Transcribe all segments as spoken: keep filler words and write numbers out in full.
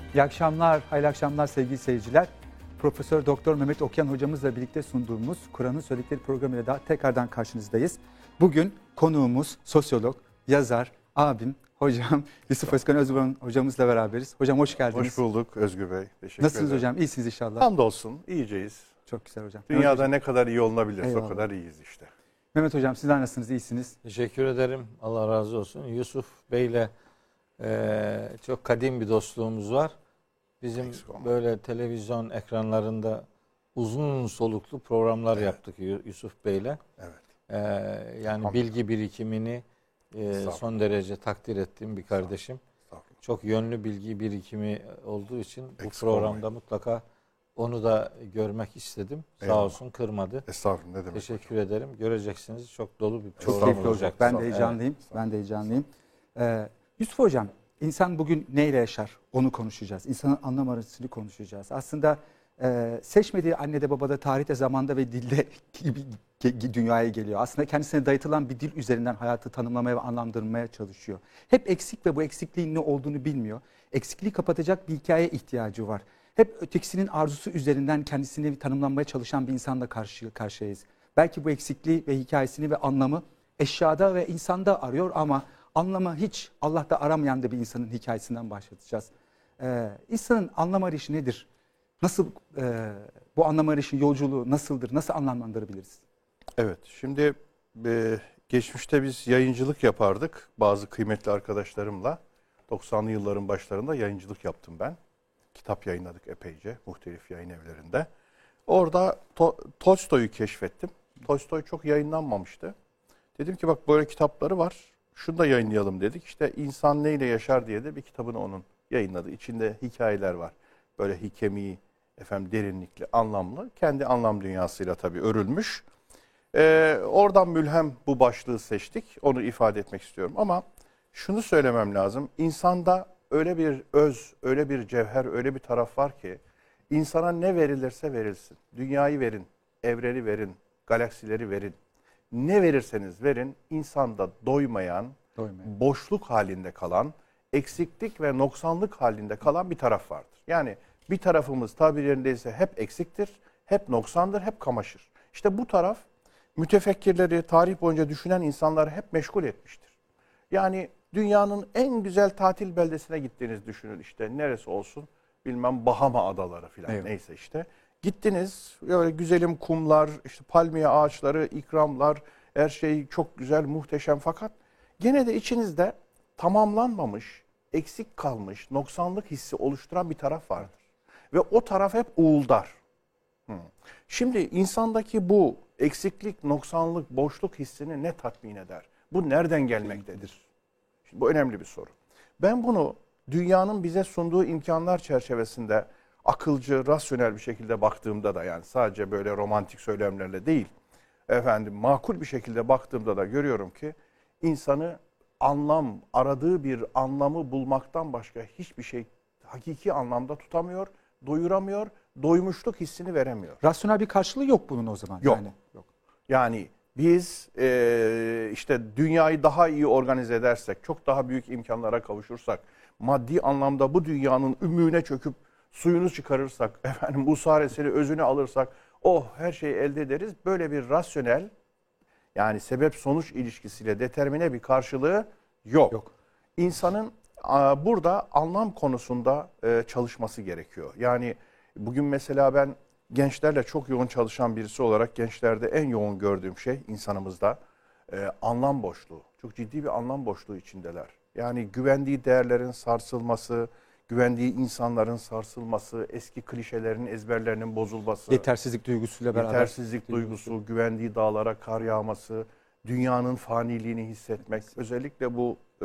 İyi akşamlar, hayırlı akşamlar sevgili seyirciler. Profesör Doktor Mehmet Okyan hocamızla birlikte sunduğumuz Kur'an'ın Söyledikleri programıyla da tekrardan karşınızdayız. Bugün konuğumuz sosyolog, yazar, abim, hocam Yusuf Özkan Özburun hocamızla beraberiz. Hocam hoş geldiniz. Hoş bulduk Özgür Bey. Teşekkür Nasılsınız ederim. hocam? İyisiniz inşallah. Hamdolsun, iyiceyiz. Çok güzel hocam. Dünyada hocam. ne kadar iyi olunabilirse Eyvallah. o kadar iyiyiz işte. Mehmet hocam sizler nasılsınız? İyisiniz. Teşekkür ederim. Allah razı olsun. Yusuf Bey'le e, çok kadim bir dostluğumuz var. Bizim böyle televizyon ekranlarında uzun soluklu programlar evet. yaptık Yusuf Bey'le. Evet. E, yani bilgi birikimini e, son derece takdir ettiğim bir kardeşim. Çok yönlü bilgi birikimi olduğu için bu Eksik programda olmayın. Mutlaka onu da görmek istedim. Eyvallah. Sağ olsun kırmadı. Estağfurullah, ne demek. Teşekkür hocam. ederim. Göreceksiniz çok dolu bir program olacak. olacak. Ben de heyecanlıyım. Evet. Ben de heyecanlıyım. Ee, Yusuf hocam, insan bugün neyle yaşar? Onu konuşacağız. İnsanın anlam arayışını konuşacağız. Aslında e, seçmediği annede babada, tarihte, zamanda ve dilde gibi dünyaya geliyor. Aslında kendisine dayatılan bir dil üzerinden hayatı tanımlamaya ve anlamlandırmaya çalışıyor. Hep eksik ve bu eksikliğin ne olduğunu bilmiyor. Eksikliği kapatacak bir hikayeye ihtiyacı var. Hep ötekisinin arzusu üzerinden kendisini tanımlanmaya çalışan bir insanla karşı karşıyayız. Belki bu eksikliği ve hikayesini ve anlamı eşyada ve insanda arıyor ama anlamı hiç Allah'ta aramayan da bir insanın hikayesinden başlatacağız. Ee, insanın anlam arayışı nedir? Nasıl e, bu anlam arayışı yolculuğu nasıldır? Nasıl anlamlandırabiliriz? Evet, şimdi e, geçmişte biz yayıncılık yapardık bazı kıymetli arkadaşlarımla. doksanlı yılların başlarında yayıncılık yaptım ben. Kitap yayınladık epeyce muhtelif yayın evlerinde. Orada to Tolstoy'u keşfettim. Tolstoy çok yayınlanmamıştı. Dedim ki bak böyle kitapları var. Şunu da yayınlayalım dedik. İşte İnsan Neyle Yaşar diye de bir kitabını onun yayınladı. İçinde hikayeler var. Böyle hikemi, efendim derinlikli, anlamlı. Kendi anlam dünyasıyla tabii örülmüş. Ee, oradan mülhem bu başlığı seçtik. Onu ifade etmek istiyorum. Ama şunu söylemem lazım. İnsanda öyle bir öz, öyle bir cevher, öyle bir taraf var ki insana ne verilirse verilsin. Dünyayı verin, evreni verin, galaksileri verin. Ne verirseniz verin, insanda doymayan, Doymayan. boşluk halinde kalan, eksiklik ve noksanlık halinde kalan bir taraf vardır. Yani bir tarafımız tabir yerindeyse hep eksiktir, hep noksandır, hep kamaşır. İşte bu taraf mütefekkirleri, tarih boyunca düşünen insanları hep meşgul etmiştir. Yani dünyanın en güzel tatil beldesine gittiğinizi düşünün işte. Neresi olsun bilmem Bahama adaları falan evet. neyse işte. Gittiniz böyle güzelim kumlar, işte palmiye ağaçları, ikramlar, her şey çok güzel, muhteşem fakat gene de içinizde tamamlanmamış, eksik kalmış, noksanlık hissi oluşturan bir taraf vardır. Ve o taraf hep uğuldar. Hmm. Şimdi insandaki bu eksiklik, noksanlık, boşluk hissini ne tatmin eder? Bu nereden gelmektedir? Şimdi bu önemli bir soru. Ben bunu dünyanın bize sunduğu imkanlar çerçevesinde akılcı, rasyonel bir şekilde baktığımda da yani sadece böyle romantik söylemlerle değil, efendim makul bir şekilde baktığımda da görüyorum ki insanı anlam, aradığı bir anlamı bulmaktan başka hiçbir şey hakiki anlamda tutamıyor, doyuramıyor, doymuşluk hissini veremiyor. Rasyonel bir karşılığı yok bunun o zaman. Yok. Yani, yok. yani biz e, işte dünyayı daha iyi organize edersek, çok daha büyük imkanlara kavuşursak, maddi anlamda bu dünyanın ümüğüne çöküp suyunu çıkarırsak, efendim usaresini özüne alırsak, oh her şeyi elde ederiz. Böyle bir rasyonel yani sebep-sonuç ilişkisiyle determine bir karşılığı yok. yok. İnsanın a, burada anlam konusunda e, çalışması gerekiyor. Yani bugün mesela ben gençlerle çok yoğun çalışan birisi olarak gençlerde en yoğun gördüğüm şey insanımızda e, anlam boşluğu. Çok ciddi bir anlam boşluğu içindeler. Yani güvendiği değerlerin sarsılması, güvendiği insanların sarsılması, eski klişelerin, ezberlerinin bozulması. Yetersizlik duygusuyla beraber. Yetersizlik duygusu, güvendiği dağlara kar yağması, dünyanın faniliğini hissetmek. Özellikle bu e,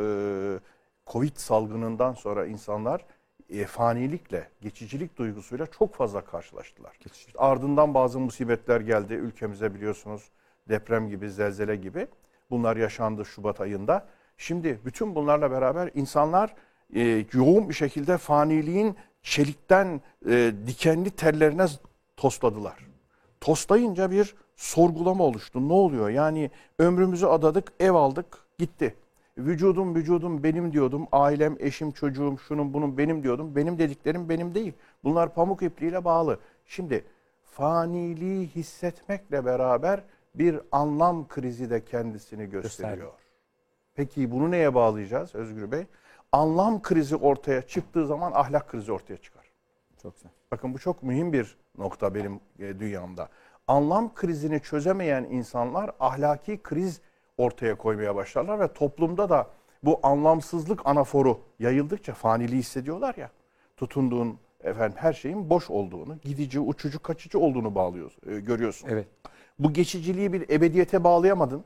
Covid salgınından sonra insanlar e, fanilikle, geçicilik duygusuyla çok fazla karşılaştılar. İşte ardından bazı musibetler geldi ülkemize biliyorsunuz. Deprem gibi, zelzele gibi. Bunlar yaşandı Şubat ayında. Şimdi bütün bunlarla beraber insanlar e, yoğun bir şekilde faniliğin çelikten e, dikenli tellerine tosladılar. Toslayınca bir sorgulama oluştu. Ne oluyor? Yani ömrümüzü adadık, ev aldık, gitti. vücudum vücudum benim diyordum. Ailem, eşim, çocuğum, şunun bunun benim diyordum. Benim dediklerim benim değil. Bunlar pamuk ipliğiyle bağlı. Şimdi faniliği hissetmekle beraber bir anlam krizi de kendisini gösteriyor. Gösterdi. Peki bunu neye bağlayacağız Özgür Bey? Anlam krizi ortaya çıktığı zaman ahlak krizi ortaya çıkar. Çok güzel. Bakın bu çok mühim bir nokta benim e, dünyamda. Anlam krizini çözemeyen insanlar ahlaki kriz ortaya koymaya başlarlar ve toplumda da bu anlamsızlık anaforu yayıldıkça faniliği hissediyorlar ya. Tutunduğun efendim her şeyin boş olduğunu, gidici, uçucu, kaçıcı olduğunu bağlıyorsun, e, görüyorsun. Evet. Bu geçiciliği bir ebediyete bağlayamadın.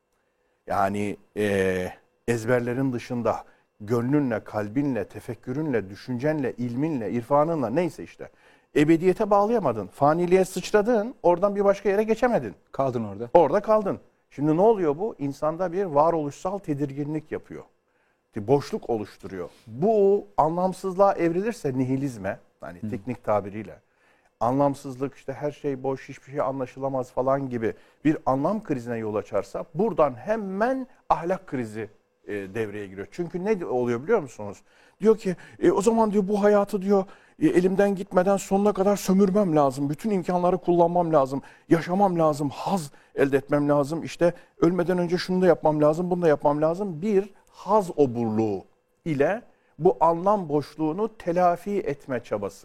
Yani e, ezberlerin dışında gönlünle, kalbinle, tefekkürünle, düşüncenle, ilminle, irfanınla neyse işte ebediyete bağlayamadın. Faniliğe sıçradın, oradan bir başka yere geçemedin. Kaldın orada. Orada kaldın. Şimdi ne oluyor bu? İnsanda bir varoluşsal tedirginlik yapıyor. Bir boşluk oluşturuyor. Bu anlamsızlığa evrilirse nihilizme, hani hmm. teknik tabiriyle, anlamsızlık işte her şey boş, hiçbir şey anlaşılamaz falan gibi bir anlam krizine yol açarsa buradan hemen ahlak krizi e, devreye giriyor. Çünkü ne oluyor biliyor musunuz? Diyor ki e, o zaman diyor bu hayatı diyor e, elimden gitmeden sonuna kadar sömürmem lazım. Bütün imkanları kullanmam lazım. Yaşamam lazım. Haz elde etmem lazım. İşte ölmeden önce şunu da yapmam lazım. Bunu da yapmam lazım. Bir haz oburluğu ile bu anlam boşluğunu telafi etme çabası.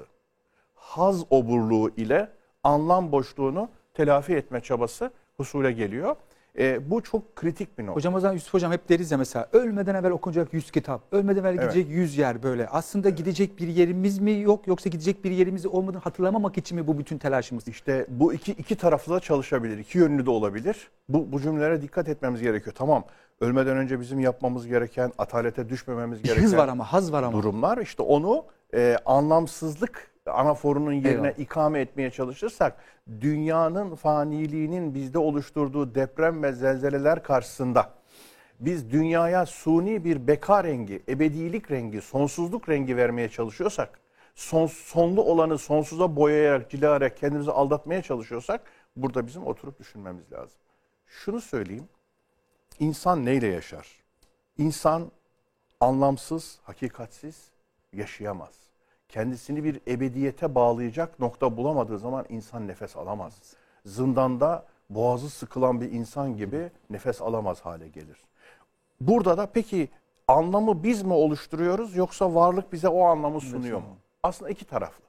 Haz oburluğu ile anlam boşluğunu telafi etme çabası husule geliyor. E, bu çok kritik bir nokta. Hocam o zaman Yusuf Hocam hep deriz ya mesela ölmeden evvel okunacak yüz kitap, ölmeden evvel gidecek evet. yüz yer böyle. Aslında evet. gidecek bir yerimiz mi yok yoksa gidecek bir yerimiz olmadığını hatırlamamak için mi bu bütün telaşımız? İşte bu iki iki taraflı da çalışabilir, iki yönlü de olabilir. Bu, bu cümlelere dikkat etmemiz gerekiyor. Tamam, ölmeden önce bizim yapmamız gereken, atalete düşmememiz gereken hız var ama, haz var ama. Durumlar işte onu e, anlamsızlık anaforunun yerine Eyvallah. ikame etmeye çalışırsak dünyanın faniliğinin bizde oluşturduğu deprem ve zelzeleler karşısında biz dünyaya suni bir beka rengi, ebedilik rengi, sonsuzluk rengi vermeye çalışıyorsak, son, sonlu olanı sonsuza boyayarak, cilayarak kendimizi aldatmaya çalışıyorsak burada bizim oturup düşünmemiz lazım. Şunu söyleyeyim, insan neyle yaşar? İnsan anlamsız, hakikatsiz yaşayamaz. Kendisini bir ebediyete bağlayacak nokta bulamadığı zaman insan nefes alamaz. Zindanda boğazı sıkılan bir insan gibi nefes alamaz hale gelir. Burada da peki anlamı biz mi oluşturuyoruz yoksa varlık bize o anlamı sunuyor mu? Aslında iki taraflı.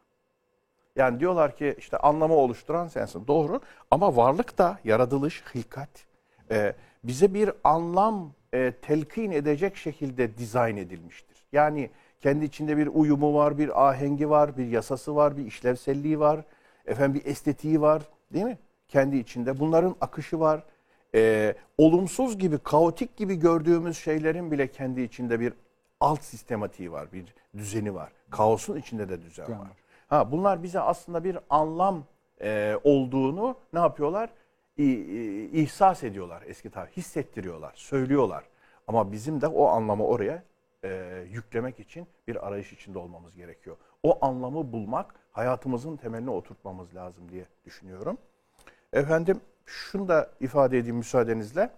Yani diyorlar ki işte anlamı oluşturan sensin. Doğru ama varlık da yaratılış, hilkat e, bize bir anlam e, telkin edecek şekilde dizayn edilmiştir. Yani kendi içinde bir uyumu var, bir ahengi var, bir yasası var, bir işlevselliği var, efendim bir estetiği var, değil mi? Kendi içinde bunların akışı var. Ee, olumsuz gibi, kaotik gibi gördüğümüz şeylerin bile kendi içinde bir alt sistematiği var, bir düzeni var. Kaosun içinde de düzen var. Ha, bunlar bize aslında bir anlam e, olduğunu ne yapıyorlar? İ, i, ihsas ediyorlar eski tabir, hissettiriyorlar, söylüyorlar. Ama bizim de o anlamı oraya E, yüklemek için bir arayış içinde olmamız gerekiyor. O anlamı bulmak, hayatımızın temeline oturtmamız lazım diye düşünüyorum. Efendim, şunu da ifade edeyim müsaadenizle.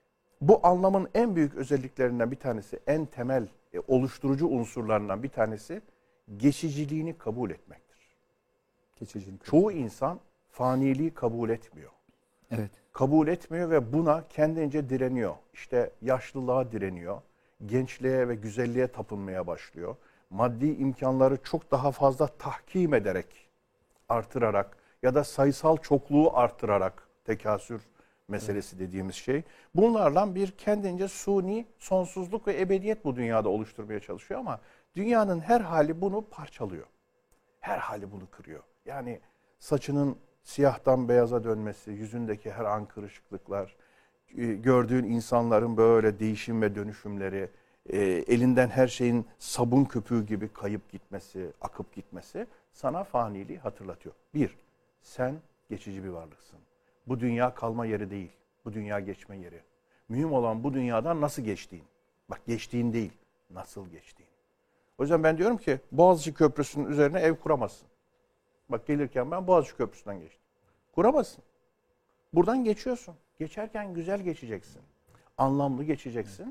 Bu anlamın en büyük özelliklerinden bir tanesi, en temel e, oluşturucu unsurlarından bir tanesi geçiciliğini kabul etmektir. Geçiciliğini kabul. Çoğu insan faniliği kabul etmiyor. Evet. Kabul etmiyor ve buna kendince direniyor. İşte yaşlılığa direniyor. Gençliğe ve güzelliğe tapınmaya başlıyor. Maddi imkanları çok daha fazla tahkim ederek, artırarak ya da sayısal çokluğu artırarak, tekasür meselesi dediğimiz şey. Bunlarla bir kendince suni sonsuzluk ve ebediyet bu dünyada oluşturmaya çalışıyor ama dünyanın her hali bunu parçalıyor. Her hali bunu kırıyor. Yani saçının siyahtan beyaza dönmesi, yüzündeki her an kırışıklıklar, gördüğün insanların böyle değişim ve dönüşümleri, e, elinden her şeyin sabun köpüğü gibi kayıp gitmesi, akıp gitmesi sana faniliği hatırlatıyor. Bir, sen geçici bir varlıksın. Bu dünya kalma yeri değil, bu dünya geçme yeri. Mühim olan bu dünyadan nasıl geçtiğin. Bak geçtiğin değil, nasıl geçtiğin. O yüzden ben diyorum ki Boğaziçi Köprüsü'nün üzerine ev kuramazsın. Bak gelirken ben Boğaziçi Köprüsü'nden geçtim. Kuramazsın. Buradan geçiyorsun. Geçerken güzel geçeceksin. Anlamlı geçeceksin.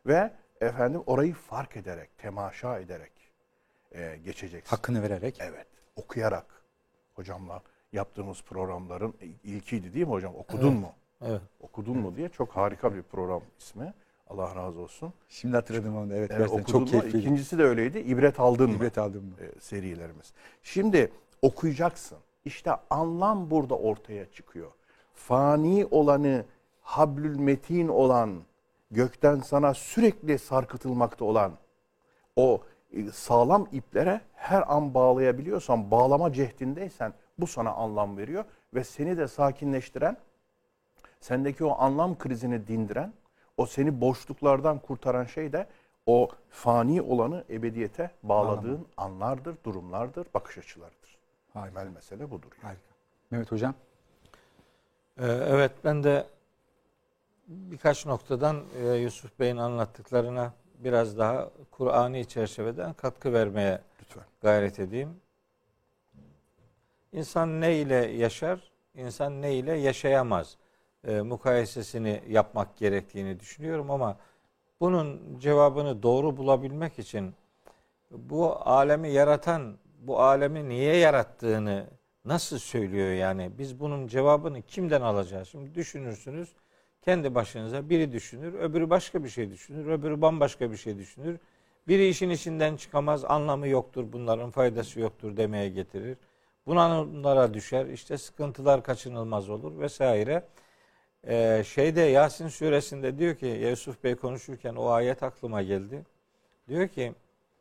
ve efendim orayı fark ederek, temaşa ederek e, geçeceksin. Hakkını vererek. Evet, okuyarak. Hocamla yaptığımız programların ilkiydi değil mi hocam? Okudun evet. mu? Evet. Okudun mu diye çok harika bir program ismi. Allah razı olsun. Şimdi hatırladım onu. Evet, Evet, gerçekten okudun çok mu? keyifliydi. İkincisi de öyleydi. İbret aldın mı? İbret aldın mı? E, serilerimiz. Şimdi okuyacaksın. İşte anlam burada ortaya çıkıyor. Fani olanı, hablül metin olan, gökten sana sürekli sarkıtılmakta olan o sağlam iplere her an bağlayabiliyorsan, bağlama cehdindeysen bu sana anlam veriyor ve seni de sakinleştiren, sendeki o anlam krizini dindiren, o seni boşluklardan kurtaran şey de o fani olanı ebediyete bağladığın Anladım. anlardır, durumlardır, bakış açılarıdır. Temel mesele budur. Yani. Harika. Mehmet Hocam? Ee, evet, ben de birkaç noktadan e, Yusuf Bey'in anlattıklarına biraz daha Kur'ani çerçeveden katkı vermeye Lütfen. gayret edeyim. İnsan ne ile yaşar, insan ne ile yaşayamaz e, mukayesesini yapmak gerektiğini düşünüyorum ama bunun cevabını doğru bulabilmek için bu alemi yaratan, bu alemi niye yarattığını nasıl söylüyor yani? Biz bunun cevabını kimden alacağız? Şimdi düşünürsünüz, kendi başınıza biri düşünür, öbürü başka bir şey düşünür, öbürü bambaşka bir şey düşünür. Biri işin içinden çıkamaz, anlamı yoktur, bunların faydası yoktur demeye getirir. Bunlara düşer, işte sıkıntılar kaçınılmaz olur vesaire. Ee, şeyde Yasin suresinde diyor ki, Yusuf Bey konuşurken o ayet aklıma geldi. Diyor ki,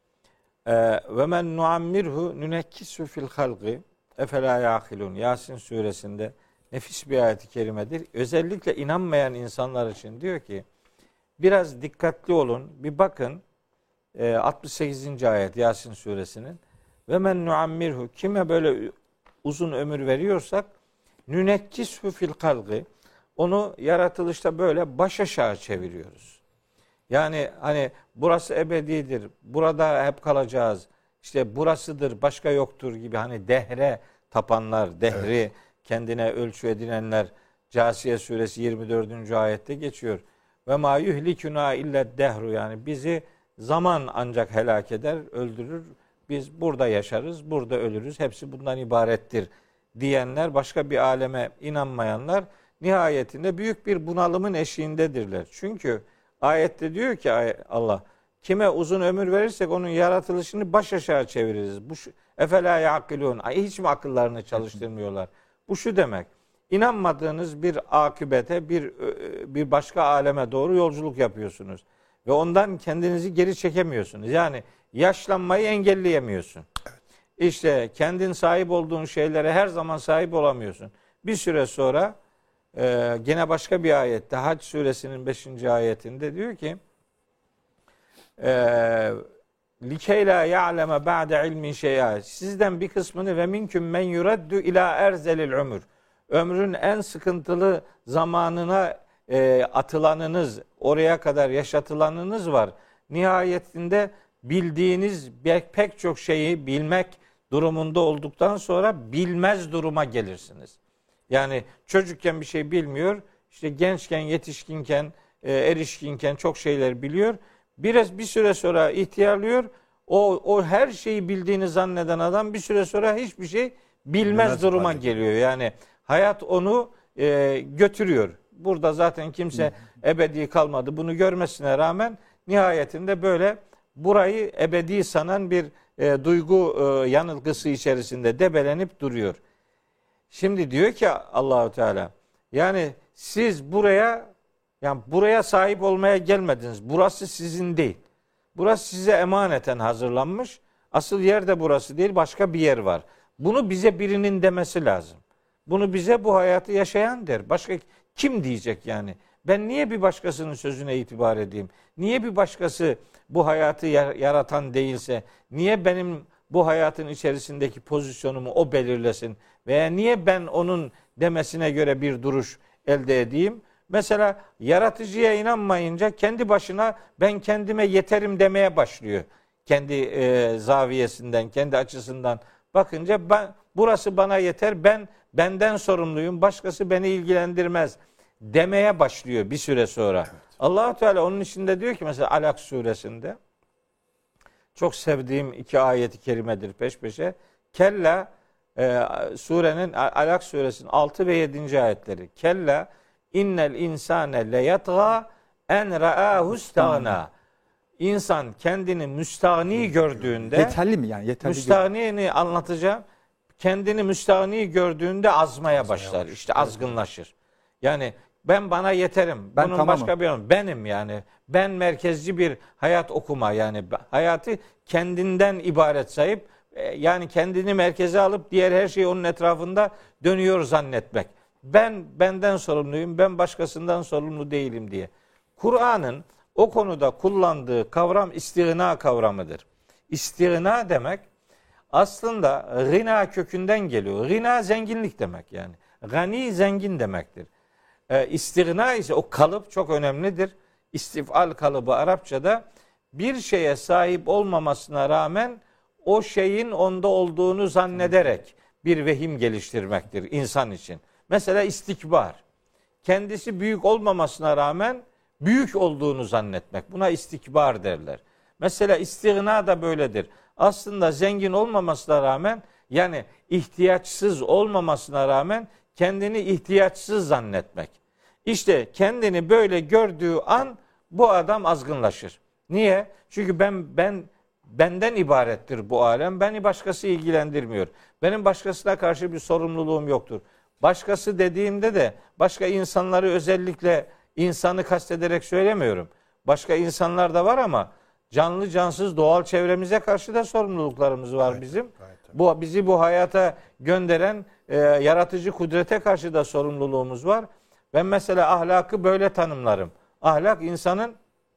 ve men nuammirhu nunekkisu fil halqi efela yaqilun. Yasin suresinde nefis bir ayet-i kerimedir. Özellikle inanmayan insanlar için diyor ki, biraz dikkatli olun, bir bakın altmış sekizinci ayet Yasin suresinin. Ve men nuammirhu, kime böyle uzun ömür veriyorsak nünekkishu fil halqi, onu yaratılışta böyle baş aşağı çeviriyoruz. Yani hani burası ebedidir, burada hep kalacağız, işte burasıdır, başka yoktur gibi hani dehre tapanlar, dehri evet. kendine ölçü edinenler, Câsiye suresi yirmi dördüncü ayette geçiyor. Ve mâ yuhlikuna illa dehru, yani bizi zaman ancak helak eder, öldürür. Biz burada yaşarız, burada ölürüz. Hepsi bundan ibarettir diyenler, başka bir aleme inanmayanlar nihayetinde büyük bir bunalımın eşiğindedirler. Çünkü ayette diyor ki Allah, kime uzun ömür verirsek onun yaratılışını baş aşağı çeviririz. Bu efela yaqilun. Hiç mi akıllarını çalıştırmıyorlar? Bu şu demek. İnanmadığınız bir akıbete, bir bir başka aleme doğru yolculuk yapıyorsunuz ve ondan kendinizi geri çekemiyorsunuz. Yani yaşlanmayı engelleyemiyorsun. İşte kendin sahip olduğun şeylere her zaman sahip olamıyorsun. Bir süre sonra e, gene başka bir ayette, Hac suresinin beşinci ayetinde diyor ki likey la ya'leme ba'de ilmin şey'a, sizden bir kısmını ve minküm men yuraddu ila erzelil ömür, ömrün en sıkıntılı zamanına e, atılanınız, oraya kadar yaşatılanınız var. Nihayetinde bildiğiniz pek çok şeyi bilmek durumunda olduktan sonra bilmez duruma gelirsiniz. Yani çocukken bir şey bilmiyor, işte gençken, yetişkinken, e, erişkinken çok şeyler biliyor. Biraz bir süre sonra ihtiyarlıyor. O o her şeyi bildiğini zanneden adam bir süre sonra hiçbir şey bilmez, bilmez duruma geliyor. Yani hayat onu e, götürüyor. Burada zaten kimse ebedi kalmadı. Bunu görmesine rağmen nihayetinde böyle burayı ebedi sanan bir e, duygu e, yanılgısı içerisinde debelenip duruyor. Şimdi diyor ki Allahu Teala, yani siz buraya, yani buraya sahip olmaya gelmediniz. Burası sizin değil. Burası size emaneten hazırlanmış. Asıl yer de burası değil, başka bir yer var. Bunu bize birinin demesi lazım. Bunu bize bu hayatı yaşayan der. Başka kim diyecek yani? Ben niye bir başkasının sözüne itibar edeyim? Niye bir başkası bu hayatı yaratan değilse, niye benim bu hayatın içerisindeki pozisyonumu o belirlesin? Veya niye ben onun demesine göre bir duruş elde edeyim? Mesela yaratıcıya inanmayınca kendi başına ben kendime yeterim demeye başlıyor. Kendi e, zaviyesinden, kendi açısından bakınca ben, burası bana yeter, ben benden sorumluyum, başkası beni ilgilendirmez demeye başlıyor bir süre sonra. Evet. Allah-u Teala onun içinde diyor ki mesela Alak suresinde, çok sevdiğim iki ayeti kerimedir peş peşe. Kella e, surenin Alak suresinin altı ve yedinci ayetleri. Kella innel insane leyatga en ra'ahu istagna. İnsan kendini müstahni gördüğünde, yeterli mi yani? Yeterli müstahnini anlatacağım. Kendini müstahni gördüğünde azmaya, azmaya başlar. başlar. İşte azgınlaşır. Yani ben bana yeterim. Ben Bunun tamamım. başka bir yolu. Benim yani. Ben merkezci bir hayat okuma, yani hayatı kendinden ibaret sayıp, yani kendini merkeze alıp diğer her şeyi onun etrafında dönüyor zannetmek. Ben benden sorumluyum, ben başkasından sorumlu değilim diye. Kur'an'ın o konuda kullandığı kavram istigna kavramıdır. İstigna demek aslında gina kökünden geliyor. Gina zenginlik demek yani. Gani zengin demektir. E, istigna ise o kalıp çok önemlidir. İstifal kalıbı Arapçada bir şeye sahip olmamasına rağmen o şeyin onda olduğunu zannederek bir vehim geliştirmektir insan için. Mesela istikbar. Kendisi büyük olmamasına rağmen büyük olduğunu zannetmek. Buna istikbar derler. Mesela istigna da böyledir. Aslında zengin olmamasına rağmen, yani ihtiyaçsız olmamasına rağmen kendini ihtiyaçsız zannetmek. İşte kendini böyle gördüğü an bu adam azgınlaşır. Niye? Çünkü ben ben benden ibarettir bu alem. Beni başkası ilgilendirmiyor. Benim başkasına karşı bir sorumluluğum yoktur. Başkası dediğimde de başka insanları, özellikle insanı kastederek söylemiyorum. Başka insanlar da var ama canlı cansız doğal çevremize karşı da sorumluluklarımız var gayet, bizim. Gayet. Bu bizi bu hayata gönderen e, yaratıcı kudrete karşı da sorumluluğumuz var. Ben mesela ahlakı böyle tanımlarım. Ahlak insanın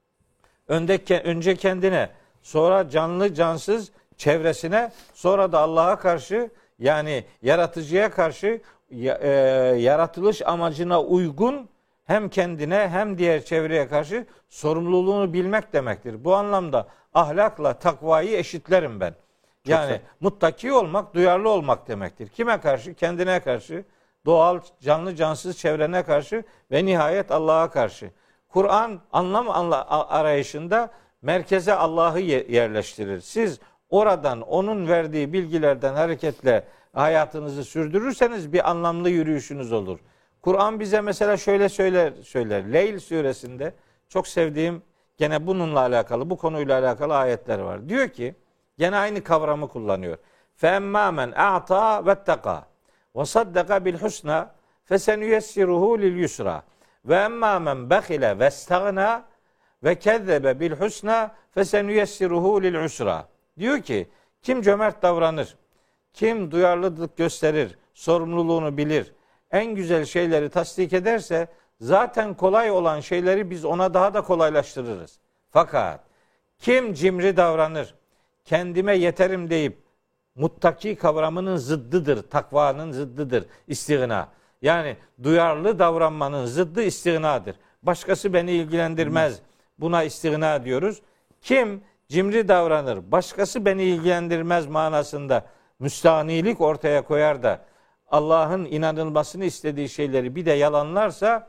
önde, önce kendine, sonra canlı cansız çevresine, sonra da Allah'a karşı, yani yaratıcıya karşı e, yaratılış amacına uygun hem kendine hem diğer çevreye karşı sorumluluğunu bilmek demektir. Bu anlamda ahlakla takvayı eşitlerim ben. Yani çok muttaki olmak, duyarlı olmak demektir. Kime karşı? Kendine karşı, doğal, canlı, cansız çevrene karşı ve nihayet Allah'a karşı. Kur'an anlam arayışında merkeze Allah'ı yerleştirir. Siz oradan, onun verdiği bilgilerden hareketle hayatınızı sürdürürseniz bir anlamlı yürüyüşünüz olur. Kur'an bize mesela şöyle söyler, söyler. Leyl suresinde çok sevdiğim, gene bununla alakalı, bu konuyla alakalı ayetler var. Diyor ki, gene aynı kavramı kullanıyor. فَاَمَّا مَنْ اَعْطَى وَاتَّقَى وَصَدَّقَ بِالْحُسْنَى فَسَنُيَسِّرُهُ لِلْيُسْرَى وَاَمَّا مَنْ بَخِلَ وَاسْتَغْنَى وَكَذَّبَ بِالْحُسْنَى فَسَنُيَسِّرُهُ لِلْعُسْرَى. Diyor ki, kim cömert davranır, kim duyarlılık gösterir, sorumluluğunu bilir, en güzel şeyleri tasdik ederse zaten kolay olan şeyleri biz ona daha da kolaylaştırırız. Fakat kim cimri davranır, kendime yeterim deyip, muttaki kavramının zıddıdır, takvanın zıddıdır istigna. Yani duyarlı davranmanın zıddı istignadır. Başkası beni ilgilendirmez, buna istigna diyoruz. Kim cimri davranır, başkası beni ilgilendirmez manasında müstahnilik ortaya koyar da Allah'ın inanılmasını istediği şeyleri bir de yalanlarsa,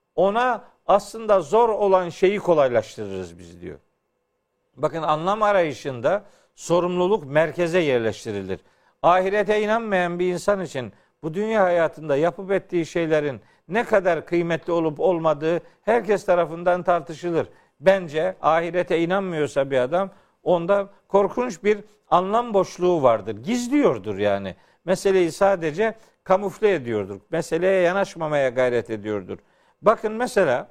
ona aslında zor olan şeyi kolaylaştırırız biz diyor. Bakın, anlam arayışında sorumluluk merkeze yerleştirilir. Ahirete inanmayan bir insan için bu dünya hayatında yapıp ettiği şeylerin ne kadar kıymetli olup olmadığı herkes tarafından tartışılır. Bence ahirete inanmıyorsa bir adam, onda korkunç bir anlam boşluğu vardır. Gizliyordur yani. Meseleyi sadece kamufle ediyordur. Meseleye yanaşmamaya gayret ediyordur. Bakın mesela,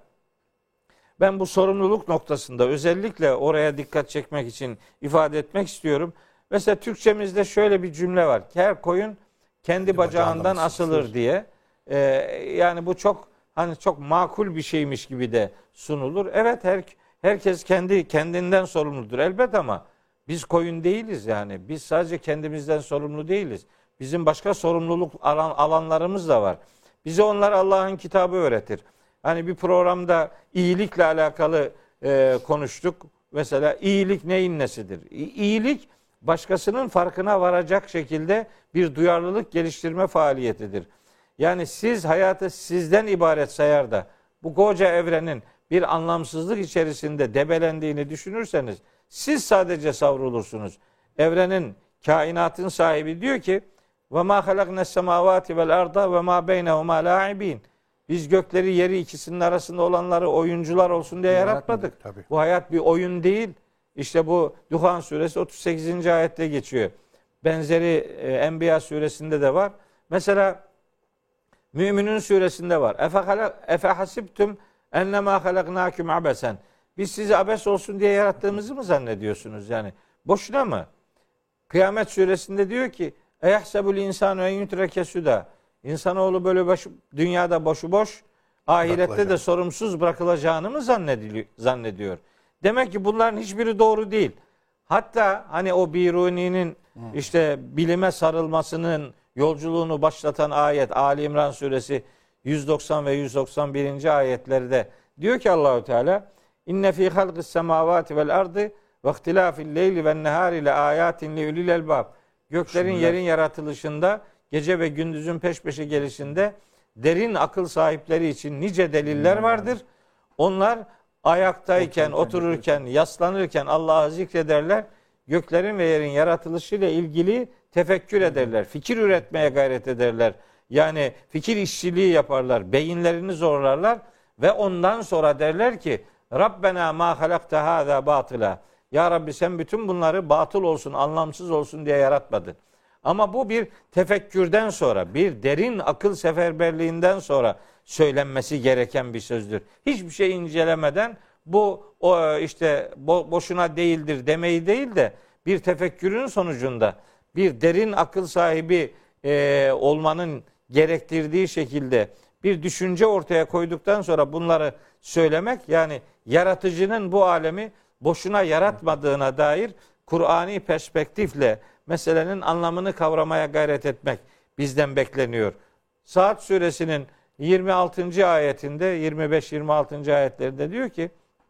ben bu sorumluluk noktasında özellikle oraya dikkat çekmek için ifade etmek istiyorum. Mesela Türkçemizde şöyle bir cümle var. Her koyun kendi bacağından asılır diye. Ee, yani bu çok hani çok makul bir şeymiş gibi de sunulur. Evet, her herkes kendi kendinden sorumludur elbet, ama biz koyun değiliz yani. Biz sadece kendimizden sorumlu değiliz. Bizim başka sorumluluk alan, alanlarımız da var. Bize onlar Allah'ın kitabı öğretir. Hani bir programda iyilikle alakalı e, konuştuk. Mesela iyilik neyin nesidir? İyilik başkasının farkına varacak şekilde bir duyarlılık geliştirme faaliyetidir. Yani siz hayatı sizden ibaret sayar da bu koca evrenin bir anlamsızlık içerisinde debelendiğini düşünürseniz siz sadece savrulursunuz. Evrenin, kainatın sahibi diyor ki ve ma halaknes semavati vel arda ve ma beynehuma la'ibin. Biz gökleri, yeri, ikisinin arasında olanları oyuncular olsun diye yaratmadık. Tabii. Bu hayat bir oyun değil. İşte bu Duhan suresi otuz sekizinci ayette geçiyor. Benzeri e, Enbiya suresinde de var. Mesela Müminun suresinde var. Efe hasibtum ennemâ halaknâküm abesen. Biz sizi abes olsun diye yarattığımızı mı zannediyorsunuz? Yani boşuna mı? Kıyamet suresinde diyor ki eyahsebul insanu en yutreke suda. İnsanoğlu böyle başı, dünyada boşu boş, ahirette de sorumsuz bırakılacağını mı zannediyor? Demek ki bunların hiçbiri doğru değil. Hatta hani o Biruni'nin işte bilime sarılmasının yolculuğunu başlatan ayet Ali İmran suresi yüz doksan ve yüz doksan birinci ayetlerde diyor ki Allahu Teala inne fi halqis semavati vel ardı ve ihtilafil leyli ven nehari le ayatin li ulil elbab. Göklerin Şimdi, yerin yaratılışında, gece ve gündüzün peş peşe gelişinde derin akıl sahipleri için nice deliller vardır. Onlar ayaktayken, otururken, yaslanırken Allah'ı zikrederler. Göklerin ve yerin yaratılışıyla ilgili tefekkür ederler. Fikir üretmeye gayret ederler. Yani fikir işçiliği yaparlar. Beyinlerini zorlarlar ve ondan sonra derler ki Rabbena ma halakte hâzâ batıla. Ya Rabbi sen bütün bunları batıl olsun, anlamsız olsun diye yaratmadın. Ama bu bir tefekkürden sonra, bir derin akıl seferberliğinden sonra söylenmesi gereken bir sözdür. Hiçbir şey incelemeden bu o işte bo, boşuna değildir demeyi değil de bir tefekkürün sonucunda bir derin akıl sahibi e, olmanın gerektirdiği şekilde bir düşünce ortaya koyduktan sonra bunları söylemek, yani yaratıcının bu alemi boşuna yaratmadığına dair Kur'ani perspektifle meselenin anlamını kavramaya gayret etmek bizden bekleniyor. Saat suresinin yirmi altıncı ayetinde, yirmi beş yirmi altıncı ayetlerinde diyor ki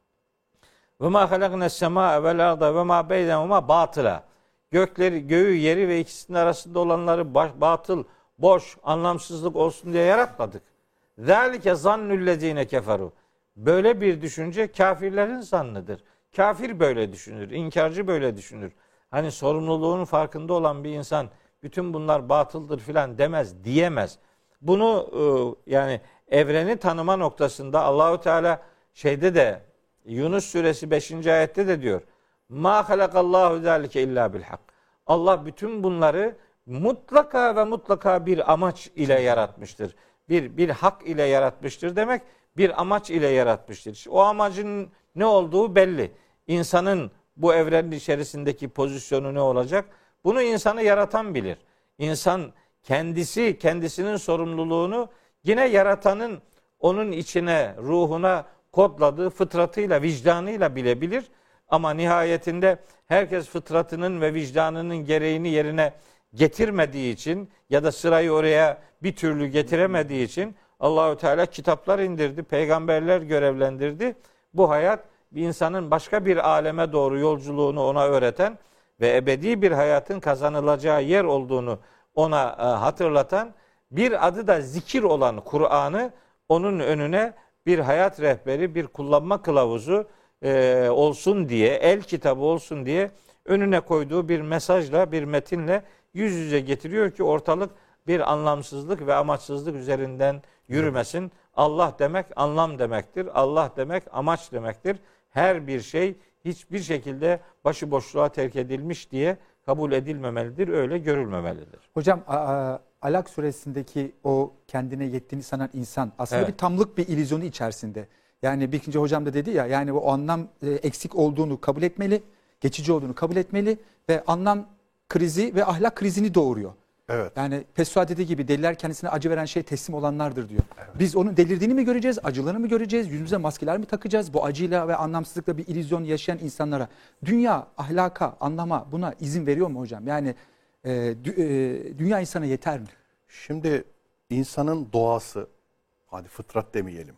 ve ma halaknes semâe vel arda ve ma beynehuma batıla. Gökleri, göğü, yeri ve ikisinin arasında olanları batıl, boş, anlamsızlık olsun diye yaratmadık. Zâlike zannüllezîne keferu. Böyle bir düşünce kafirlerin zannıdır. Kafir böyle düşünür, inkarcı böyle düşünür. Hani sorumluluğunun farkında olan bir insan bütün bunlar batıldır filan demez, diyemez. Bunu yani evreni tanıma noktasında Allahu Teala şeyde de Yunus suresi beşinci ayette de diyor. Ma halakallahu zalike illa bil hak. Allah bütün bunları mutlaka ve mutlaka bir amaç ile yaratmıştır. Bir bir hak ile yaratmıştır demek, bir amaç ile yaratmıştır. O amacın ne olduğu belli. İnsanın bu evrenin içerisindeki pozisyonu ne olacak? Bunu insanı yaratan bilir. İnsan kendisi, kendisinin sorumluluğunu yine yaratanın onun içine, ruhuna kodladığı fıtratıyla, vicdanıyla bilebilir. Ama nihayetinde herkes fıtratının ve vicdanının gereğini yerine getirmediği için ya da sırayı oraya bir türlü getiremediği için Allahü Teala kitaplar indirdi, peygamberler görevlendirdi. Bu hayat bir insanın başka bir aleme doğru yolculuğunu ona öğreten ve ebedi bir hayatın kazanılacağı yer olduğunu ona hatırlatan, bir adı da zikir olan Kur'an'ı onun önüne bir hayat rehberi, bir kullanma kılavuzu e, olsun diye, el kitabı olsun diye önüne koyduğu bir mesajla, bir metinle yüz yüze getiriyor ki ortalık bir anlamsızlık ve amaçsızlık üzerinden yürümesin. Allah demek anlam demektir. Allah demek amaç demektir. Her bir şey hiçbir şekilde başıboşluğa terk edilmiş diye kabul edilmemelidir. Öyle görülmemelidir. Hocam Alak suresindeki o kendine yettiğini sanan insan aslında evet. bir tamlık bir illüzyonu içerisinde. Yani bir ikinci hocam da dedi ya, yani o anlam eksik olduğunu kabul etmeli, geçici olduğunu kabul etmeli ve anlam krizi ve ahlak krizini doğuruyor. Evet. Yani Pessoa dediği gibi deliler kendisine acı veren şey teslim olanlardır diyor. Evet. Biz onun delirdiğini mi göreceğiz, acılarını mı göreceğiz, yüzümüze maskeler mi takacağız? Bu acıyla ve anlamsızlıkla bir illüzyon yaşayan insanlara dünya ahlaka, anlama buna izin veriyor mu hocam? Yani e, dü, e, dünya insana yeter mi? Şimdi insanın doğası, hadi fıtrat demeyelim.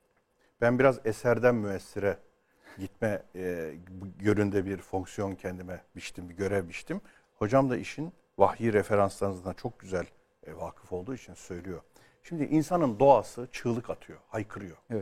Ben biraz eserden müessire gitme e, yönünde bir fonksiyon kendime biçtim, bir görev biçtim. Hocam da işin vahyi referanslarınızdan çok güzel e, vakıf olduğu için söylüyor. Şimdi insanın doğası çığlık atıyor, haykırıyor. Evet.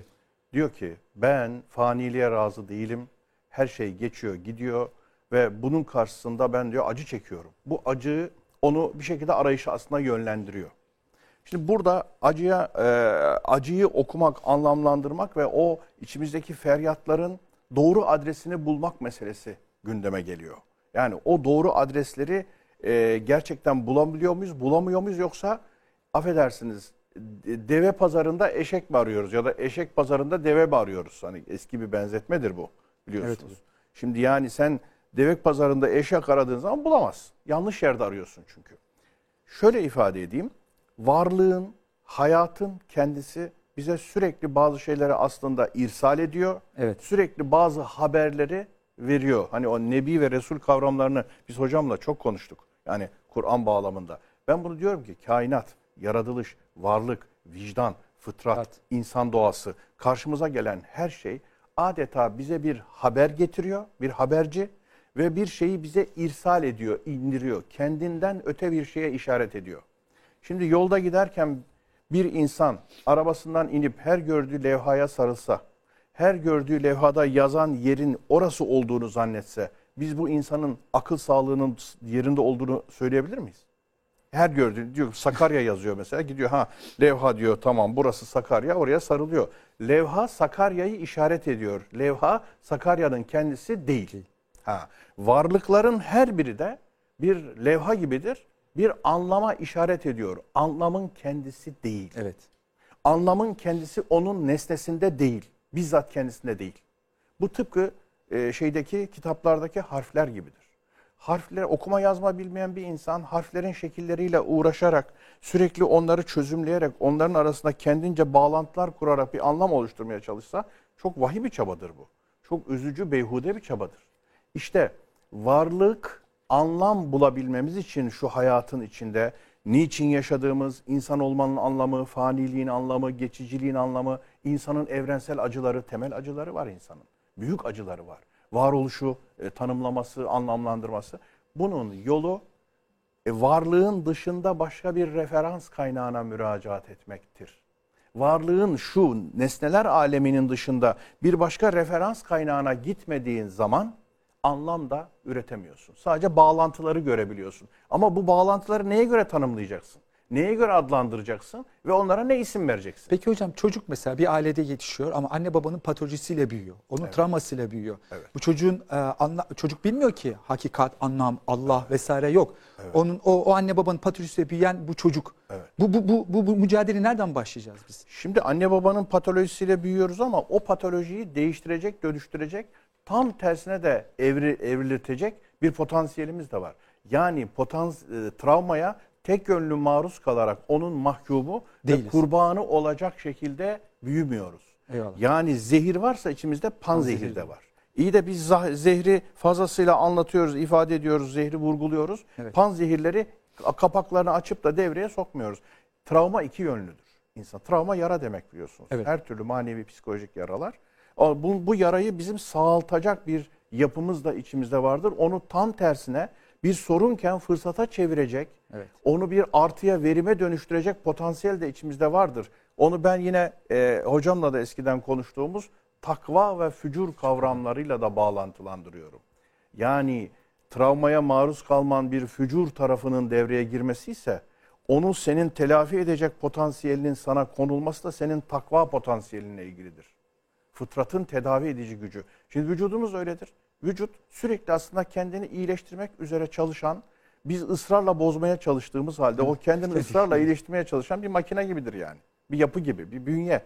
Diyor ki ben faniliğe razı değilim. Her şey geçiyor gidiyor ve bunun karşısında ben diyor acı çekiyorum. Bu acı onu bir şekilde arayışa aslında yönlendiriyor. Şimdi burada acıya e, acıyı okumak, anlamlandırmak ve o içimizdeki feryatların doğru adresini bulmak meselesi gündeme geliyor. Yani o doğru adresleri e, gerçekten bulabiliyor muyuz, bulamıyor muyuz, yoksa affedersiniz deve pazarında eşek mi arıyoruz ya da eşek pazarında deve mi arıyoruz? Hani eski bir benzetmedir bu, biliyorsunuz. Evet. Şimdi yani sen deve pazarında eşek aradığın zaman bulamazsın. Yanlış yerde arıyorsun çünkü. Şöyle ifade edeyim. Varlığın, hayatın kendisi bize sürekli bazı şeyleri aslında irsal ediyor. Evet. Sürekli bazı haberleri veriyor. Hani o Nebi ve Resul kavramlarını biz hocamla çok konuştuk. Yani Kur'an bağlamında. Ben bunu diyorum ki kainat, yaratılış, varlık, vicdan, fıtrat, evet. insan doğası, karşımıza gelen her şey adeta bize bir haber getiriyor, bir haberci ve bir şeyi bize irsal ediyor, indiriyor. Kendinden öte bir şeye işaret ediyor. Şimdi yolda giderken bir insan arabasından inip her gördüğü levhaya sarılsa, her gördüğü levhada yazan yerin orası olduğunu zannetse, biz bu insanın akıl sağlığının yerinde olduğunu söyleyebilir miyiz? Her gördüğü diyor Sakarya yazıyor mesela, gidiyor ha levha diyor tamam burası Sakarya, oraya sarılıyor. Levha Sakarya'yı işaret ediyor. Levha Sakarya'nın kendisi değil. Ha, varlıkların her biri de bir levha gibidir. Bir anlama işaret ediyor. Anlamın kendisi değil. Evet. Anlamın kendisi onun nesnesinde değil. Bizzat kendisinde değil. Bu tıpkı e, şeydeki kitaplardaki harfler gibidir. Harfler, okuma yazma bilmeyen bir insan harflerin şekilleriyle uğraşarak, sürekli onları çözümleyerek, onların arasında kendince bağlantılar kurarak bir anlam oluşturmaya çalışsa çok vahiy bir çabadır bu. Çok üzücü, beyhude bir çabadır. İşte varlık, anlam bulabilmemiz için şu hayatın içinde niçin yaşadığımız, insan olmanın anlamı, faniliğin anlamı, geçiciliğin anlamı, insanın evrensel acıları, temel acıları var insanın. Büyük acıları var. Varoluşu e, tanımlaması, anlamlandırması. Bunun yolu e, varlığın dışında başka bir referans kaynağına müracaat etmektir. Varlığın şu nesneler aleminin dışında bir başka referans kaynağına gitmediğin zaman anlam da üretemiyorsun. Sadece bağlantıları görebiliyorsun. Ama bu bağlantıları neye göre tanımlayacaksın? Neye göre adlandıracaksın ve onlara ne isim vereceksin? Peki hocam, çocuk mesela bir ailede yetişiyor ama anne babanın patolojisiyle büyüyor. Onun evet. travmasıyla büyüyor. Evet. Bu çocuğun e, anla, çocuk bilmiyor ki hakikat, anlam, Allah vesaire yok. Evet. Onun o, o anne babanın patolojisiyle büyüyen bu çocuk. Evet. Bu, bu bu bu bu mücadele nereden başlayacağız biz? Şimdi anne babanın patolojisiyle büyüyoruz ama o patolojiyi değiştirecek, dönüştürecek, tam tersine de evri, evriltecek bir potansiyelimiz de var. Yani potans e, travmaya tek yönlü maruz kalarak onun mahkumu Değiliz. ve kurbanı olacak şekilde büyümüyoruz. Eyvallah. Yani zehir varsa içimizde panzehir de var. İyi de biz zehri fazlasıyla anlatıyoruz, ifade ediyoruz, zehri vurguluyoruz. Evet. Panzehirleri kapaklarını açıp da devreye sokmuyoruz. Travma iki yönlüdür. İnsan travma yara demek, biliyorsunuz. Evet. Her türlü manevi, psikolojik yaralar. Bu, bu yarayı bizim sağaltacak bir yapımız da içimizde vardır. Onu tam tersine bir sorunken fırsata çevirecek, evet. onu bir artıya, verime dönüştürecek potansiyel de içimizde vardır. Onu ben yine e, hocamla da eskiden konuştuğumuz takva ve fücur kavramlarıyla da bağlantılandırıyorum. Yani travmaya maruz kalman bir fücur tarafının devreye girmesi ise, onu senin telafi edecek potansiyelinin sana konulması da senin takva potansiyelinle ilgilidir. Fıtratın tedavi edici gücü. Şimdi vücudumuz öyledir. Vücut sürekli aslında kendini iyileştirmek üzere çalışan, biz ısrarla bozmaya çalıştığımız halde o kendini ısrarla iyileştirmeye çalışan bir makine gibidir yani. Bir yapı gibi, bir bünye.